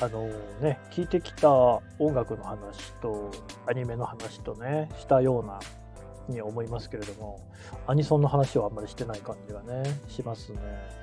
聞いてきた音楽の話とアニメの話とねしたようなに思いますけれども、アニソンの話はあんまりしてない感じがねしますね。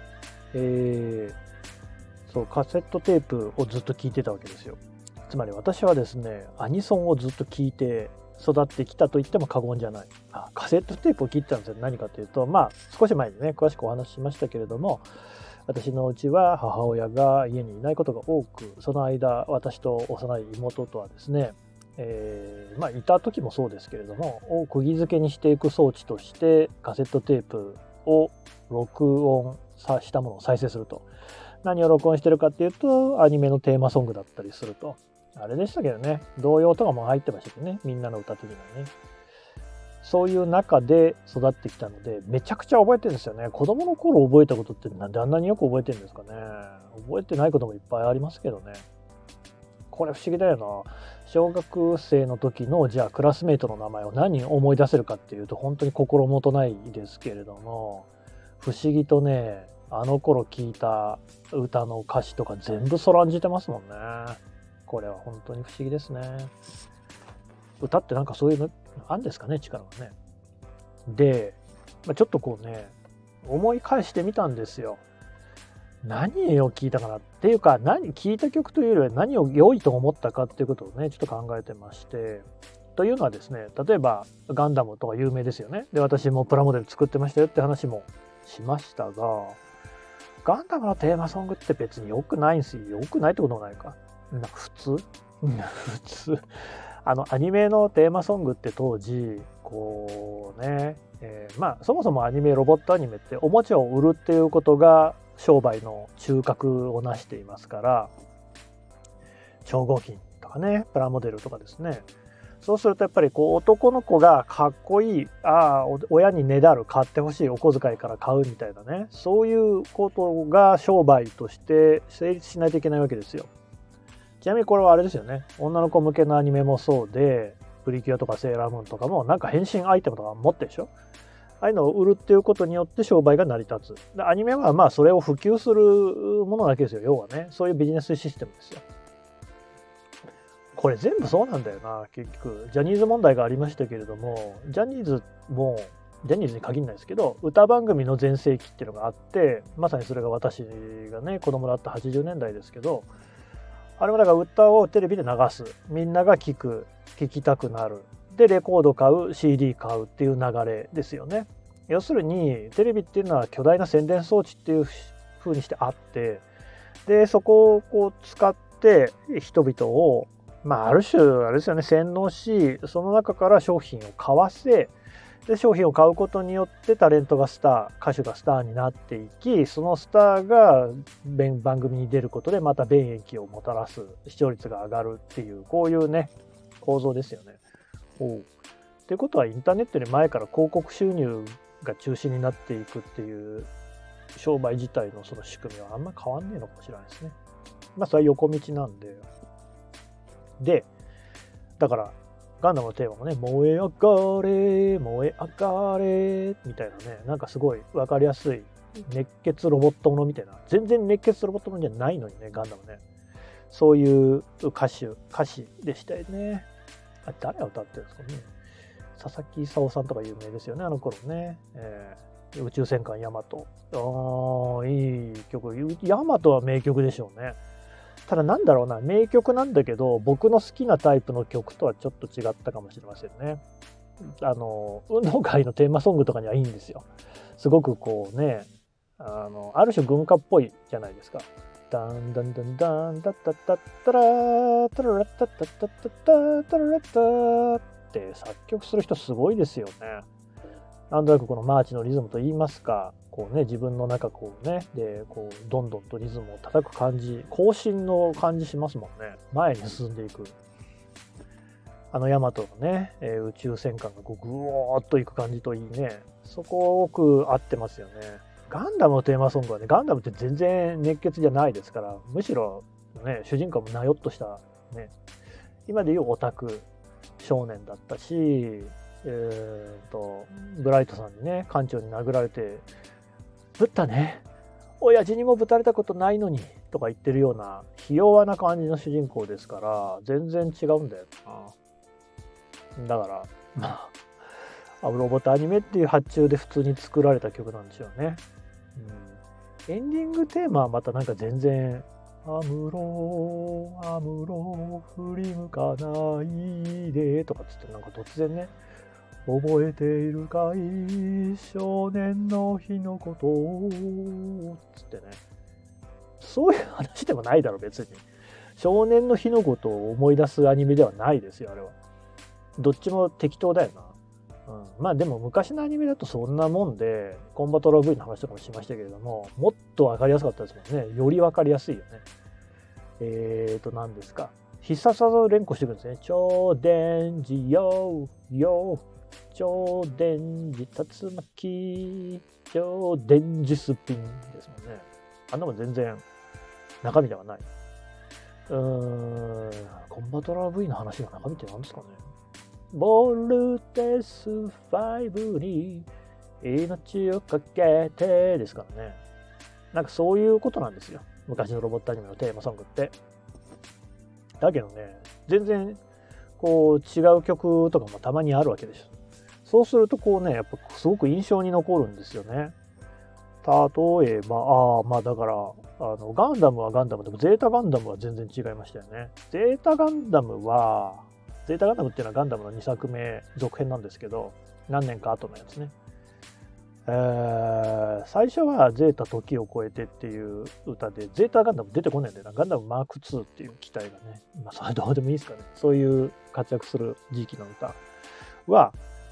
そう、カセットテープをずっと聞いてたわけですよ。つまり私はですね、アニソンをずっと聞いて育ってきたと言っても過言じゃない。カセットテープを聞いてたんですよ。何かというと、少し前にね詳しくお話ししましたけれども、私のうちは母親が家にいないことが多く、その間私と幼い妹とはですね、いた時もそうですけれども、を釘付けにしていく装置としてカセットテープを録音したものを再生すると。何を録音してるかっていうと、アニメのテーマソングだったりすると。あれでしたけどね、童謡とかも入ってましたけどね、みんなの歌的にはね。そういう中で育ってきたので、めちゃくちゃ覚えてるんですよね。子供の頃覚えたことってなんであんなによく覚えてるんですかね。覚えてないこともいっぱいありますけどね。これ不思議だよな。小学生の時のじゃあクラスメイトの名前を何思い出せるかっていうと本当に心もとないですけれども、不思議とね、あの頃聞いた歌の歌詞とか全部そらんじてますもんね。これは本当に不思議ですね。歌ってなんかそういうのあるんですかね、力はね。で、ちょっとこうね、思い返してみたんですよ。何を聞いたかなっていうか、聞いた曲というよりは何を良いと思ったかっていうことをね、ちょっと考えてまして。というのはですね、例えばガンダムとか有名ですよね。で、私もプラモデル作ってましたよって話もしましたが、ガンダムのテーマソングって別に良くないんですよ。良くないってこともないか。なんか普通普通。アニメのテーマソングって当時、こうね、そもそもアニメ、ロボットアニメっておもちゃを売るっていうことが商売の中核を成していますから、超合金とかね、プラモデルとかですね。そうするとやっぱりこう男の子がかっこいい、親にねだる、買ってほしい、お小遣いから買うみたいなね、そういうことが商売として成立しないといけないわけですよ。ちなみにこれはあれですよね。女の子向けのアニメもそうで、プリキュアとかセーラームーンとかもなんか変身アイテムとか持ってるでしょ。ああいうのを売るっていうことによって商売が成り立つ。でアニメはそれを普及するものだけですよ。要はね。そういうビジネスシステムですよ。これ全部そうなんだよな。結局。ジャニーズ問題がありましたけれども、ジャニーズに限らないですけど、歌番組の全盛期っていうのがあって、まさにそれが私がね、子供だった80年代ですけど、あれはだから歌をテレビで流す。みんなが聞きたくなる。で、レコード買う、CD 買うっていう流れですよね。要するに、テレビっていうのは巨大な宣伝装置っていう風にしてあって、で、そこをこう使って人々を、ある種、あれですよね、洗脳し、その中から商品を買わせ、で商品を買うことによってタレントがスター、歌手がスターになっていき、そのスターが番組に出ることでまた便益をもたらす、視聴率が上がるっていう、こういうね構造ですよね。っていうことはインターネットより前から広告収入が中心になっていくっていう商売自体のその仕組みはあんま変わんねえのかもしれないですね。それは横道なんで、だからガンダムのテーマもね、燃え上がれ、燃え上がれ、みたいなね、なんかすごいわかりやすい熱血ロボットものみたいな、全然熱血ロボットものじゃないのにね、ガンダムね。そういう歌詞でしたよね。誰が歌ってるんですかね。佐々木功さんとか有名ですよね、あの頃ね。宇宙戦艦ヤマト。いい曲。ヤマトは名曲でしょうね。ただなんだろうな、名曲なんだけど、僕の好きなタイプの曲とはちょっと違ったかもしれませんね。運動会のテーマソングとかにはいいんですよ。すごくこうね、ある種軍歌っぽいじゃないですか。ダンダンダンダンダッタッタッタラータララッタッタッタッタッタタララッタって作曲する人すごいですよね。なんとなくこのマーチのリズムといいますか、こうね、自分の中こうね、で、こう、どんどんとリズムを叩く感じ、更新の感じしますもんね。前に進んでいく。ヤマトのね、宇宙戦艦がこう、ぐおーっといく感じといいね、そこ多く合ってますよね。ガンダムのテーマソングはね、ガンダムって全然熱血じゃないですから、むしろね、主人公もなよっとしたね、今でいうオタク少年だったし、ブライトさんにね、艦長に殴られて、ぶったね。親父にもぶたれたことないのに、 とか言ってるようなひ弱な感じの主人公ですから全然違うんだよな。だからまあロボットアニメっていう発注で普通に作られた曲なんでしょうね。エンディングテーマはまたなんか全然アムロ振り向かないでとかつってなんか突然ね覚えているかい少年の日のことをつってねそういう話でもないだろ別に。少年の日のことを思い出すアニメではないですよあれは。どっちも適当だよな。まあでも昔のアニメだとそんなもんでコンバトラー V の話とかもしましたけれどももっと分かりやすかったですもんね。より分かりやすいよね。何ですか必殺技を連呼していくんですね。超電磁よ超電磁竜巻超電磁スピンですもんね。あんなもん全然中身ではない。コンバトラー V の話の中身って何ですかね。ボルテス5に命をかけてですからね。なんかそういうことなんですよ。昔のロボットアニメのテーマソングって。だけどね、全然こう違う曲とかもたまにあるわけです。そうするとこうね、やっぱすごく印象に残るんですよね。例えば、まあだからガンダムはガンダムでもゼータガンダムは全然違いましたよね。ゼータガンダムっていうのはガンダムの2作目続編なんですけど何年か後のやつね。最初はゼータ時を超えてっていう歌でゼータガンダム出てこないんだよな。ガンダムマーク2っていう機体がね、まあそれどうでもいいですかね。そういう活躍する時期の歌は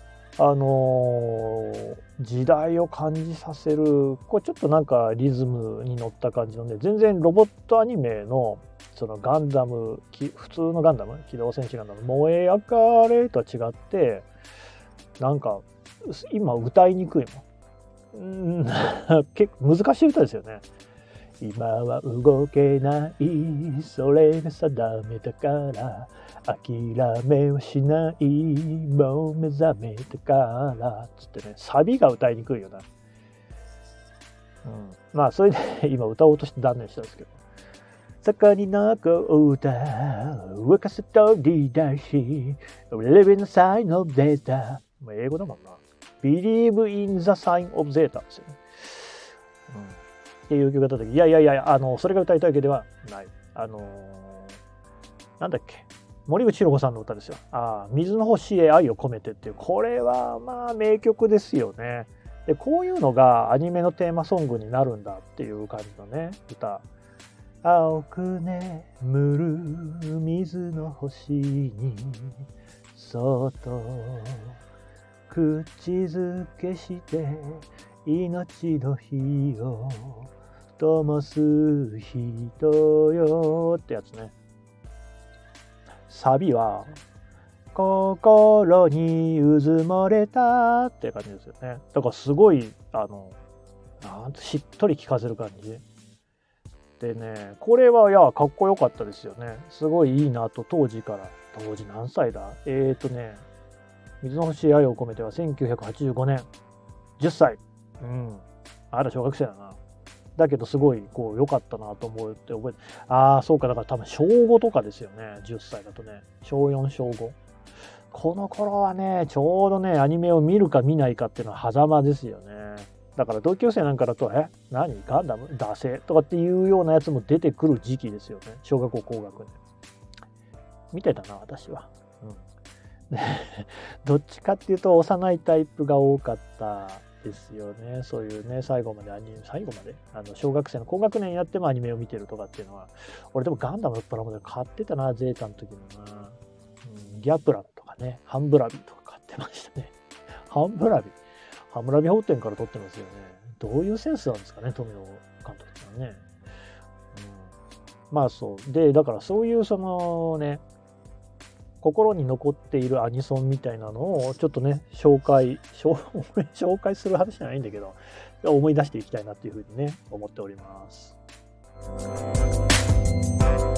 時代を感じさせるこれちょっとなんかリズムに乗った感じのね全然ロボットアニメのそのガンダム普通のガンダム機動戦士ガンダム燃え上がれとは違ってなんか今歌いにくいもん。結構難しい歌ですよね。今は動けないそれが定めたから諦めをしないもう目覚めたからつってねサビが歌いにくいよな。まあそれで今歌おうとして断念したんですけど盛りの子歌浮かせとり出し Living sign of Zeta 英語だもんな。 Believe in the sign of Zeta ですよね。っていう曲だった時いやそれが歌いたいわけではない。なんだっけ森口博子さんの歌ですよ。水の星へ愛を込めてっていうこれはまあ名曲ですよね。でこういうのがアニメのテーマソングになるんだっていう感じのね歌。青く眠る水の星にそっと口づけして命の火を灯す人よってやつね。サビは心にうずもれたって感じですよね。だからすごいしっとり聴かせる感じでねこれはかっこよかったですよね。すごいいいなと当時何歳だ水の星へ愛を込めては1985年10歳あら小学生だな。だけどすごいこう良かったなと思うって覚えてそうかだから多分小5とかですよね。10歳だとね小4小5この頃はねちょうどねアニメを見るか見ないかっていうのは狭間ですよね。だから同級生なんかだと何ガンダム惰性とかっていうようなやつも出てくる時期ですよね。小学校高学年見てたな私は。どっちかっていうと幼いタイプが多かったですよね。そういうね最後まで小学生の高学年やってもアニメを見てるとかっていうのは俺でもガンダムのプラモデル買ってたなゼータの時もな。ギャプランとかねハンブラビとか買ってましたね。ハムラビ法典から撮ってますよね。どういうセンスなんですかね富野監督ってのはね。まあそうでだからそういうそのね心に残っているアニソンみたいなのをちょっとね紹介する話じゃないんだけど思い出していきたいなっていうふうにね思っております。